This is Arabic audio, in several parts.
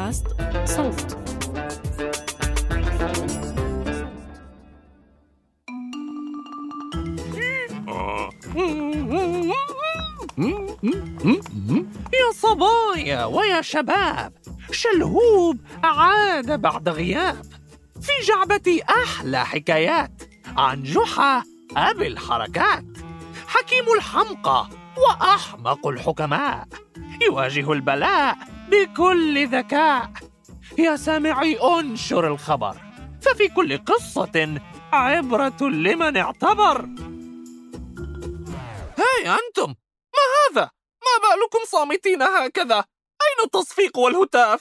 بودكاست صوت. يا صبايا ويا شباب، شلهوب عاد بعد غياب. في جعبتي أحلى حكايات عن جحا أبي الحركات، حكيم الحمقى وأحمق الحكماء، يواجه البلاء بكل ذكاء. يا سامعي انشر الخبر، ففي كل قصة عبرة لمن اعتبر. هاي أنتم، ما هذا؟ ما بالكم صامتين هكذا؟ أين التصفيق والهتاف؟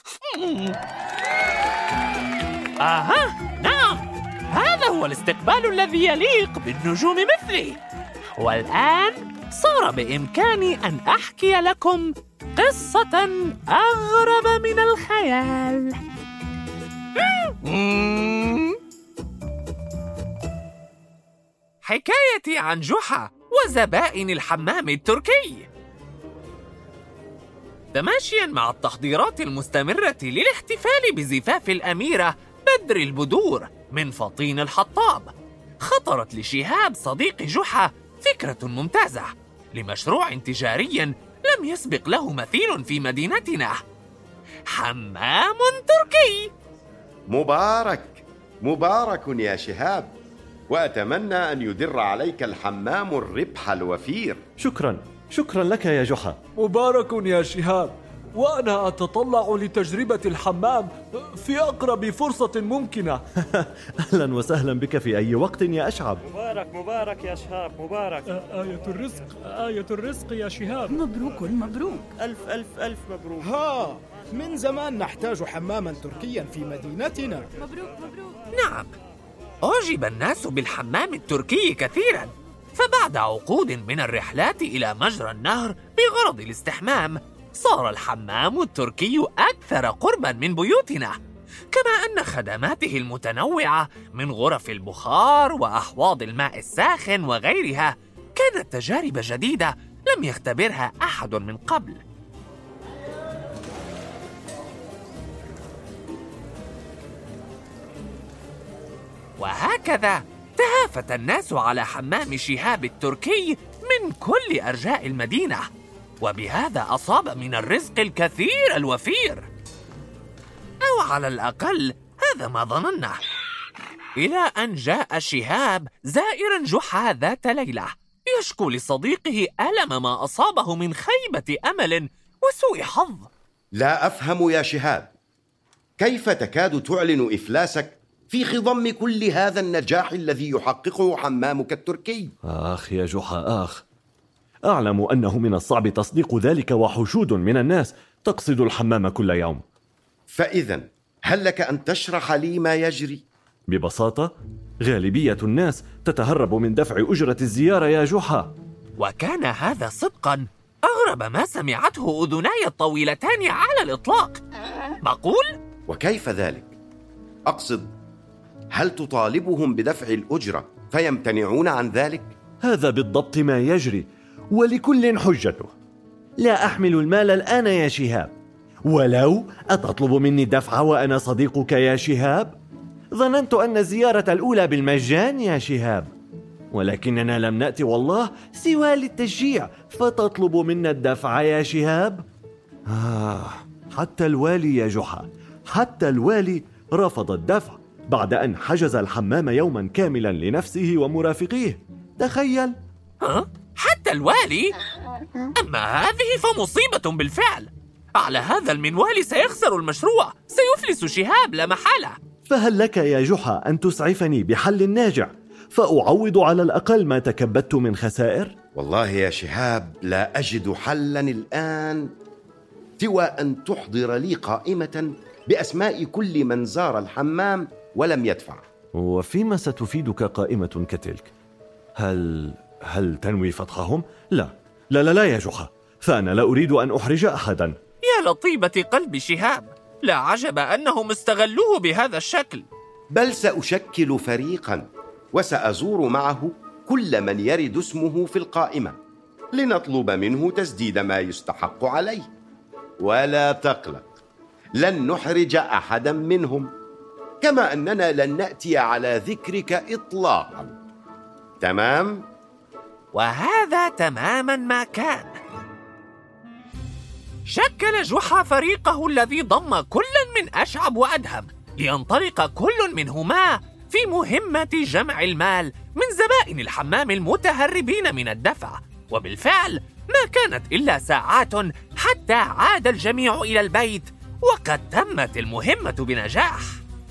نعم، هذا هو الاستقبال الذي يليق بالنجوم مثلي. والآن صار بإمكاني أن أحكي لكم قصة أغرب من الخيال. حكايتي عن جحا وزبائن الحمام التركي. تماشياً مع التحضيرات المستمرة للاحتفال بزفاف الأميرة بدر البدور من فطين الحطاب، خطرت لشهاب صديق جحا فكرة ممتازة لمشروع تجاري لم يسبق له مثيل في مدينتنا: حمام تركي. مبارك يا شهاب، وأتمنى أن يدر عليك الحمام الربح الوفير. شكرا لك يا جحا. مبارك يا شهاب، وأنا أتطلع لتجربة الحمام في أقرب فرصة ممكنة. أهلا وسهلا بك في أي وقت يا أشعب. مبارك يا شهاب، مبارك. آية الرزق يا شهاب. مبروك. ألف مبروك. من زمان نحتاج حماما تركيا في مدينتنا. مبروك. نعم، أعجب الناس بالحمام التركي كثيراً، فبعد عقود من الرحلات إلى مجرى النهر بغرض الاستحمام، صار الحمام التركي أكثر قرباً من بيوتنا، كما أن خدماته المتنوعة من غرف البخار وأحواض الماء الساخن وغيرها كانت تجارب جديدة لم يختبرها أحد من قبل. وهكذا تهافت الناس على حمام شهاب التركي من كل أرجاء المدينة، وبهذا أصاب من الرزق الكثير الوفير، أو على الأقل هذا ما ظننا، إلى أن جاء شهاب زائرا جحا ذات ليلة يشكو لصديقه ألم ما أصابه من خيبة أمل وسوء حظ. لا أفهم يا شهاب، كيف تكاد تعلن إفلاسك في خضم كل هذا النجاح الذي يحققه حمامك التركي؟ آخ يا جحا، أعلم أنه من الصعب تصديق ذلك، وحشود من الناس تقصد الحمام كل يوم. فإذن هل لك أن تشرح لي ما يجري؟ ببساطة، غالبية الناس تتهرب من دفع أجرة الزيارة يا جحا. وكان هذا صدقاً أغرب ما سمعته أذناي الطويلتان على الإطلاق. معقول؟ وكيف ذلك؟ أقصد، هل تطالبهم بدفع الأجرة فيمتنعون عن ذلك؟ هذا بالضبط ما يجري، ولكل حجته. لا أحمل المال الآن يا شهاب، ولو أتطلب مني الدفع وأنا صديقك يا شهاب؟ ظننت أن الزيارة الأولى بالمجان يا شهاب، ولكننا لم نأتي والله سوى للتشجيع، فتطلب منا الدفع يا شهاب؟ حتى الوالي يا جحا، حتى الوالي رفض الدفع بعد أن حجز الحمام يوما كاملا لنفسه ومرافقيه. تخيل. حتى الوالي؟ أما هذه فمصيبة بالفعل. على هذا المنوال سيخسر المشروع، سيفلس شهاب لا محالة. فهل لك يا جحا أن تسعفني بحل ناجع فأعوض على الأقل ما تكبدت من خسائر؟ والله يا شهاب لا أجد حلا الآن سوى أن تحضر لي قائمة بأسماء كل من زار الحمام ولم يدفع. وفيما ستفيدك قائمة كتلك؟ هل تنوي فتحهم؟ لا يا جحا، فأنا لا أريد أن أحرج أحدا. يا لطيبة قلب شهاب، لا عجب أنهم استغلوه بهذا الشكل. بل سأشكل فريقا وسأزور معه كل من يرد اسمه في القائمة لنطلب منه تسديد ما يستحق عليه. ولا تقلق، لن نحرج أحدا منهم، كما أننا لن نأتي على ذكرك إطلاقا. تمام؟ وهذا تماما ما كان. شكل جحا فريقه الذي ضم كلا من أشعب وأدهم لينطلق كل منهما في مهمة جمع المال من زبائن الحمام المتهربين من الدفع. وبالفعل ما كانت إلا ساعات حتى عاد الجميع إلى البيت، وقد تمت المهمة بنجاح.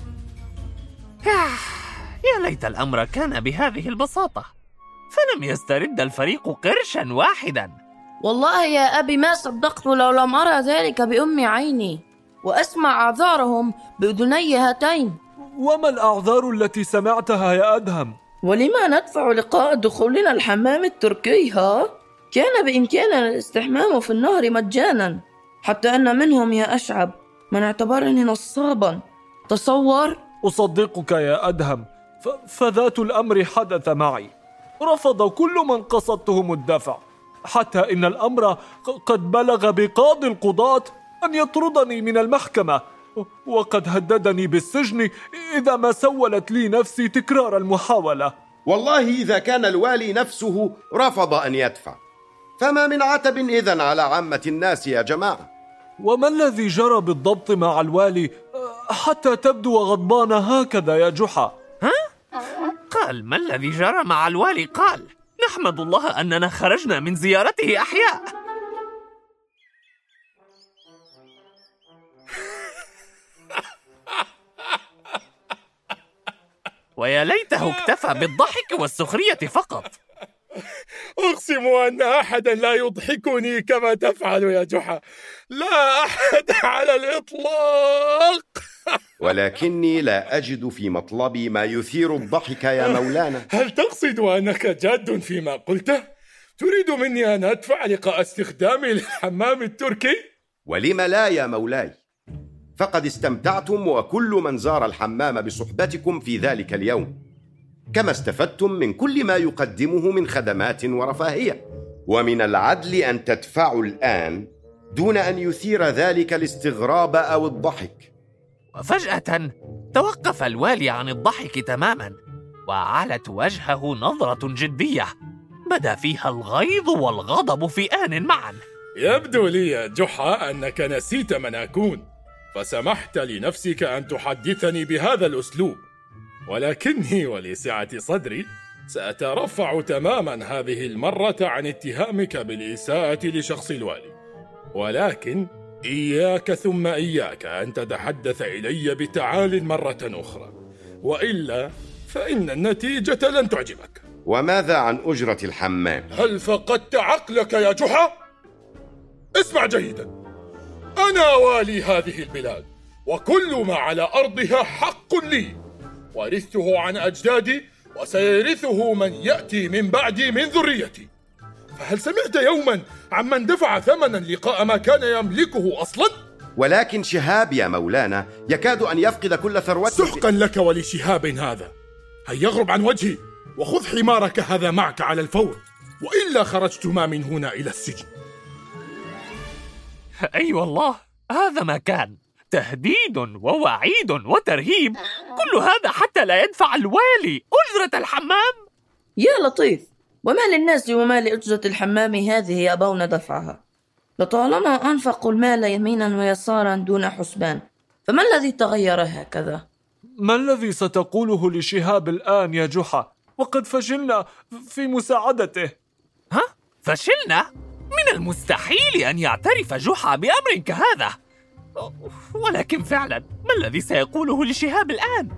يا ليت الأمر كان بهذه البساطة، فلم يسترد الفريق قرشا واحدا. والله يا أبي ما صدقت لو لم أرى ذلك بأم عيني وأسمع أعذارهم بأذني هاتين. وما الأعذار التي سمعتها يا أدهم؟ ولما ندفع لقاء دخولنا الحمام التركي؟ كان بإمكاننا الاستحمام في النهر مجانا، حتى أن منهم يا أشعب من اعتبرني نصابا. تصور. أصدقك يا أدهم، فذات الأمر حدث معي. رفض كل من قصدتهم الدفع، حتى إن الأمر قد بلغ بقاضي القضاة أن يطردني من المحكمة، وقد هددني بالسجن إذا ما سولت لي نفسي تكرار المحاولة. والله إذا كان الوالي نفسه رفض أن يدفع، فما من عتب إذن على عامة الناس يا جماعة. وما الذي جرى بالضبط مع الوالي حتى تبدو غضبان هكذا يا جحا؟ قال ما الذي جرى مع الوالي؟ قال نحمد الله أننا خرجنا من زيارته أحياء. ويا ليته اكتفى بالضحك والسخرية فقط. أقسم أن أحدا لا يضحكني كما تفعل يا جحا، لا أحد على الإطلاق. ولكني لا أجد في مطلبي ما يثير الضحك يا مولانا. هل تقصد أنك جاد فيما قلته؟ تريد مني أن أدفع لقاء استخدامي للحمام التركي؟ ولم لا يا مولاي، فقد استمتعتم وكل من زار الحمام بصحبتكم في ذلك اليوم، كما استفدتم من كل ما يقدمه من خدمات ورفاهية، ومن العدل أن تدفعوا الآن دون أن يثير ذلك الاستغراب أو الضحك. وفجأة توقف الوالي عن الضحك تماما، وعلت وجهه نظرة جدية بدا فيها الغيظ والغضب في آن معا. يبدو لي يا جحا أنك نسيت من أكون، فسمحت لنفسك أن تحدثني بهذا الأسلوب، ولكني ولسعة صدري سأترفع تماما هذه المرة عن اتهامك بالإساءة لشخص الوالي. ولكن إياك ثم إياك أن تتحدث إلي بتعال مرة أخرى، وإلا فإن النتيجة لن تعجبك. وماذا عن أجرة الحمام؟ هل فقدت عقلك يا جحا؟ اسمع جيدا، أنا والي هذه البلاد، وكل ما على أرضها حق لي، ورثته عن أجدادي وسيرثه من يأتي من بعدي من ذريتي. فهل سمعت يوما عمن دفع ثمنا لقاء ما كان يملكه أصلا؟ ولكن شهاب يا مولانا يكاد أن يفقد كل ثروته. سحقا لك ولشهاب هذا، هيا اغرب عن وجهي وخذ حمارك هذا معك على الفور، وإلا خرجتما من هنا إلى السجن. أي والله، هذا ما كان تهديد ووعيد وترهيب، كل هذا حتى لا يدفع الوالي أجرة الحمام. يا لطيف، وما للناس وما لأجرة الحمام هذه يأبون دفعها؟ لطالما أنفقوا المال يمينا ويسارا دون حسبان، فما الذي تغير هكذا؟ ما الذي ستقوله لشهاب الآن يا جحا؟ وقد فشلنا في مساعدته. فشلنا؟ من المستحيل أن يعترف جحا بأمر كهذا. ولكن فعلا ما الذي سيقوله لشهاب الآن؟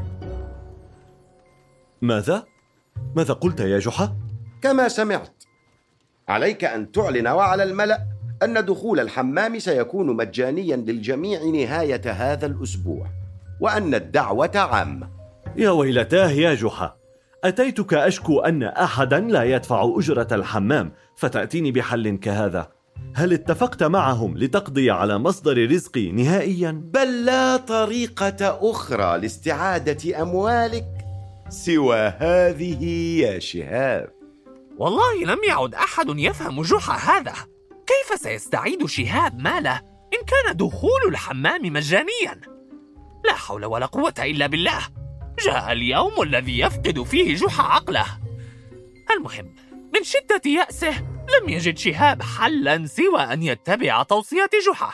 ماذا قلت يا جحا؟ كما سمعت، عليك أن تعلن وعلى الملأ أن دخول الحمام سيكون مجانيا للجميع نهاية هذا الأسبوع، وأن الدعوة عامة. يا ويلتاه يا جحا، أتيتك أشكو أن أحدا لا يدفع أجرة الحمام، فتأتيني بحل كهذا. هل اتفقت معهم لتقضي على مصدر رزقي نهائيا؟ بل لا طريقة أخرى لاستعادة أموالك سوى هذه يا شهاب. والله لم يعد أحد يفهم جحا هذا. كيف سيستعيد شهاب ماله إن كان دخول الحمام مجانيا. لا حول ولا قوة إلا بالله. جاء اليوم الذي يفقد فيه جحا عقله. المهم، من شدة يأسه لم يجد شهاب حلا سوى أن يتبع توصية جحا.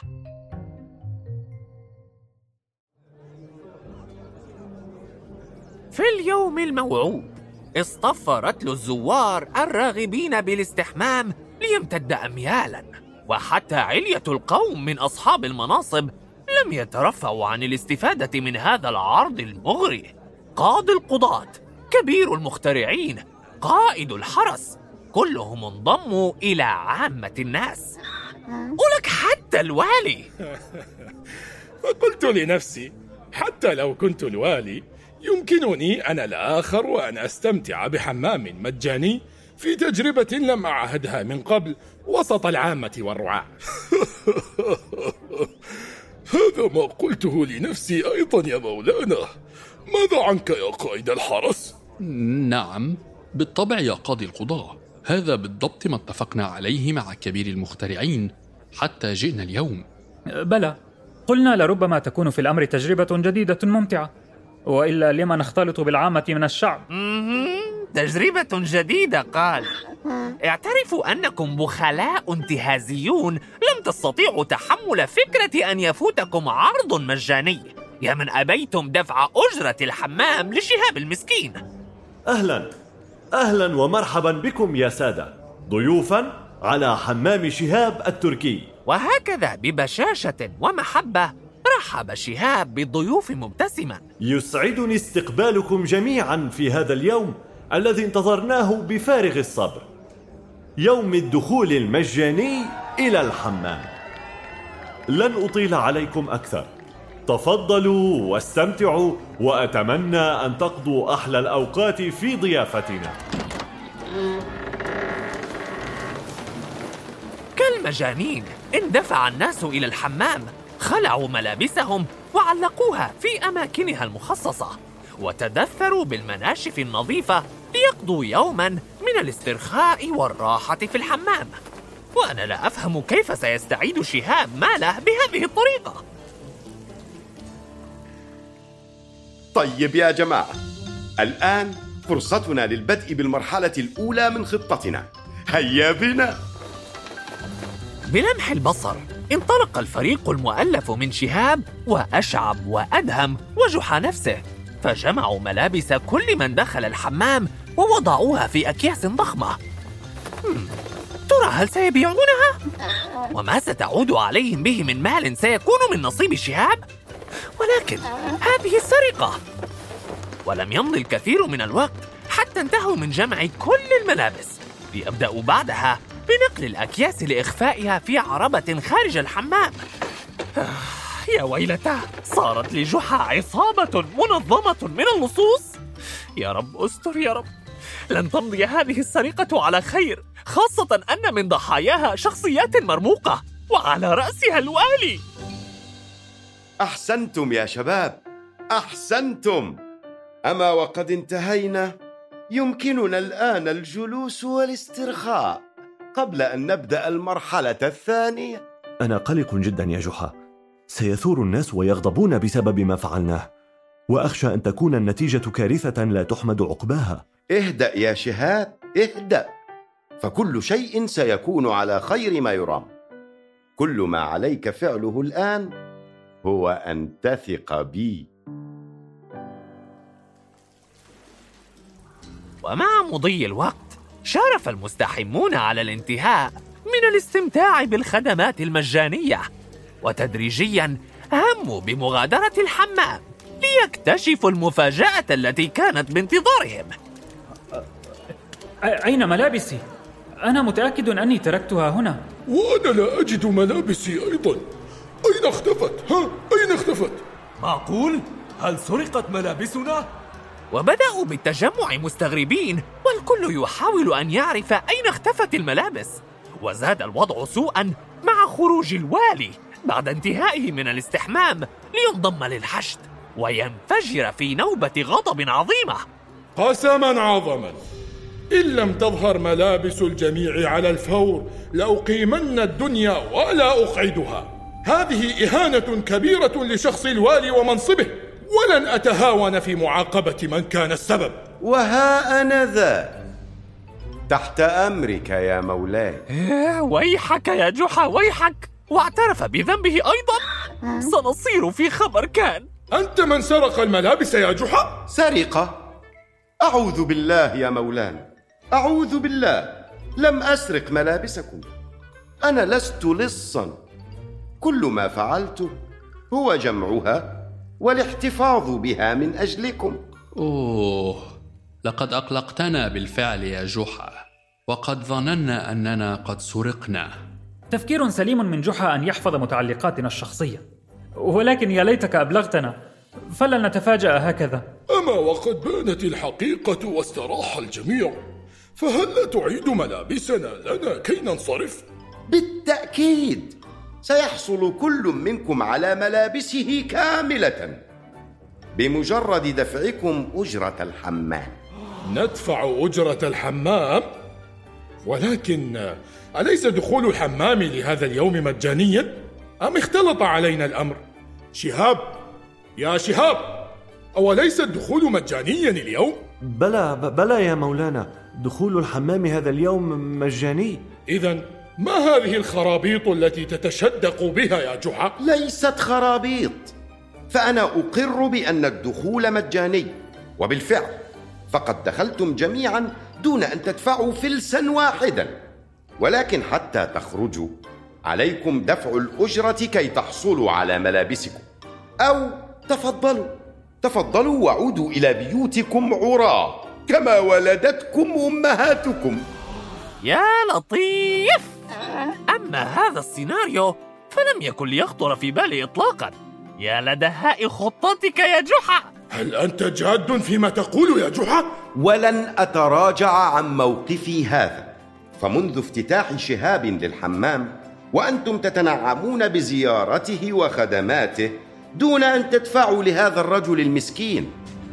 في اليوم الموعود اصطف رتل الزوار الراغبين بالاستحمام ليمتد أميالا، وحتى علية القوم من أصحاب المناصب لم يترفعوا عن الاستفادة من هذا العرض المغري. قاضي القضاة، كبير المخترعين، قائد الحرس، كلهم انضموا إلى عامة الناس، ولك حتى الوالي. فقلت لنفسي حتى لو كنت الوالي يمكنني أنا الآخر وأن أستمتع بحمام مجاني في تجربة لم أعهدها من قبل وسط العامة والرعاة. هذا ما قلته لنفسي أيضا يا مولانا. ماذا عنك يا قائد الحرس؟ نعم بالطبع يا قاضي القضاة، هذا بالضبط ما اتفقنا عليه مع كبير المخترعين حتى جئنا اليوم. بلى، قلنا لربما تكون في الأمر تجربة جديدة ممتعة، وإلا لما نختلط بالعامة من الشعب؟ تجربة جديدة قال. اعترفوا أنكم بخلاء انتهازيون لم تستطيعوا تحمل فكرة أن يفوتكم عرض مجاني، يا من أبيتم دفع أجرة الحمام لشهاب المسكين. أهلا ومرحبا بكم يا سادة، ضيوفا على حمام شهاب التركي. وهكذا ببشاشة ومحبة رحب شهاب بالضيوف مبتسما. يسعدني استقبالكم جميعا في هذا اليوم الذي انتظرناه بفارغ الصبر، يوم الدخول المجاني إلى الحمام. لن أطيل عليكم أكثر، تفضلوا واستمتعوا، وأتمنى أن تقضوا أحلى الأوقات في ضيافتنا. كالمجانين اندفع الناس إلى الحمام، خلعوا ملابسهم وعلقوها في أماكنها المخصصة، وتدثروا بالمناشف النظيفة ليقضوا يوما من الاسترخاء والراحة في الحمام. وأنا لا أفهم كيف سيستعيد شهاب ماله بهذه الطريقة. طيب يا جماعة، الآن فرصتنا للبدء بالمرحلة الأولى من خطتنا. هيا بنا. بلمح البصر انطلق الفريق المؤلف من شهاب وأشعب وأدهم وجحا نفسه، فجمعوا ملابس كل من دخل الحمام ووضعوها في أكياس ضخمة. ترى هل سيبيعونها؟ وما ستعود عليهم به من مال سيكون من نصيب شهاب؟ ولكن هذه سرقة. ولم يمض الكثير من الوقت حتى انتهوا من جمع كل الملابس، ليبدأوا بعدها بنقل الأكياس لإخفائها في عربة خارج الحمام. يا ويلتاه، صارت لجحا عصابة منظمة من اللصوص. يا رب استر يا رب، لن تمضي هذه السرقة على خير، خاصة أن من ضحاياها شخصيات مرموقة وعلى رأسها الوالي. أحسنتم يا شباب، أحسنتم. أما وقد انتهينا، يمكننا الآن الجلوس والاسترخاء قبل أن نبدأ المرحلة الثانية. أنا قلق جدا يا جحا، سيثور الناس ويغضبون بسبب ما فعلناه، وأخشى أن تكون النتيجة كارثة لا تحمد عقباها. اهدأ يا شهاب، اهدأ، فكل شيء سيكون على خير ما يرام. كل ما عليك فعله الآن هو أن تثق بي. ومع مضي الوقت شارف المستحمون على الانتهاء من الاستمتاع بالخدمات المجانية، وتدريجيا هموا بمغادرة الحمام ليكتشفوا المفاجأة التي كانت بانتظارهم. أين ملابسي؟ أنا متأكد أني تركتها هنا. وأنا لا أجد ملابسي أيضا. أين اختفت؟ أين اختفت؟ معقول؟ هل سرقت ملابسنا؟ وبدأوا بالتجمع مستغربين، والكل يحاول أن يعرف أين اختفت الملابس. وزاد الوضع سوءا مع خروج الوالي بعد انتهائه من الاستحمام لينضم للحشد وينفجر في نوبة غضب عظيمة. قسما عظما، إن لم تظهر ملابس الجميع على الفور لأقيمن الدنيا ولا أقعدها. هذه إهانة كبيرة لشخص الوالي ومنصبه، ولن أتهاون في معاقبة من كان السبب. وها أنا ذا تحت أمرك يا مولاي. ويحك يا جحا ويحك، واعترف بذنبه أيضا. سنصير في خبر كان. أنت من سرق الملابس يا جحا؟ سرقة؟ أعوذ بالله يا مولانا، أعوذ بالله، لم أسرق ملابسكم، أنا لست لصا، كل ما فعلته هو جمعها والاحتفاظ بها من أجلكم. أوه، لقد أقلقتنا بالفعل يا جحا، وقد ظننا أننا قد سرقنا. تفكير سليم من جحا أن يحفظ متعلقاتنا الشخصية، ولكن يا ليتك أبلغتنا، فلن نتفاجأ هكذا. أما وقد بانت الحقيقة واستراح الجميع، فهل تعيد ملابسنا لنا كي ننصرف؟ بالتأكيد سيحصل كل منكم على ملابسه كاملة بمجرد دفعكم أجرة الحمام. ندفع أجرة الحمام؟ ولكن أليس دخول الحمام لهذا اليوم مجانيا؟ أم اختلط علينا الأمر؟ شهاب، يا شهاب، أوليس الدخول مجانيا اليوم؟ بلى يا مولانا، دخول الحمام هذا اليوم مجاني. إذن ما هذه الخرابيط التي تتشدق بها يا جحا؟ ليست خرابيط، فأنا أقر بأن الدخول مجاني، وبالفعل فقد دخلتم جميعا دون أن تدفعوا فلسا واحدا، ولكن حتى تخرجوا عليكم دفع الأجرة كي تحصلوا على ملابسكم، أو تفضلوا وعودوا إلى بيوتكم عراة كما ولدتكم أمهاتكم. يا لطيف، أما هذا السيناريو فلم يكن ليخطر في بالي إطلاقا. يا لدهاء خطتك يا جحا. هل أنت جاد فيما تقول يا جحا؟ ولن أتراجع عن موقفي هذا، فمنذ افتتاح شهاب للحمام وأنتم تتنعمون بزيارته وخدماته دون أن تدفعوا لهذا الرجل المسكين.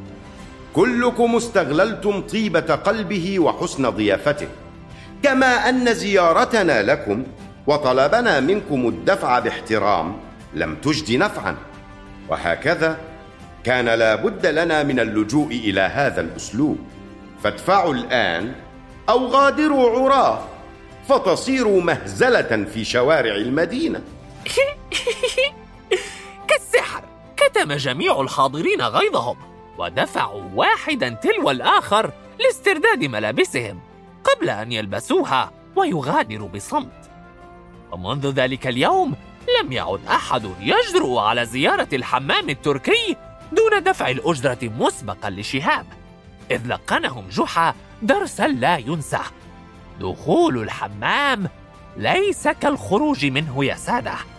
كلكم استغللتم طيبة قلبه وحسن ضيافته، كما أن زيارتنا لكم وطلبنا منكم الدفع باحترام لم تجد نفعا، وهكذا كان لا بد لنا من اللجوء إلى هذا الأسلوب. فادفعوا الآن أو غادروا عراه فتصيروا مهزلة في شوارع المدينة. كالسحر كتم جميع الحاضرين غيظهم ودفعوا واحدا تلو الآخر لاسترداد ملابسهم قبل أن يلبسوها ويغادروا بصمت. ومنذ ذلك اليوم لم يعد أحد يجرؤ على زيارة الحمام التركي دون دفع الأجرة مسبقا لشهاب، إذ لقنهم جحا درسا لا ينسى: دخول الحمام ليس كالخروج منه يا سادة.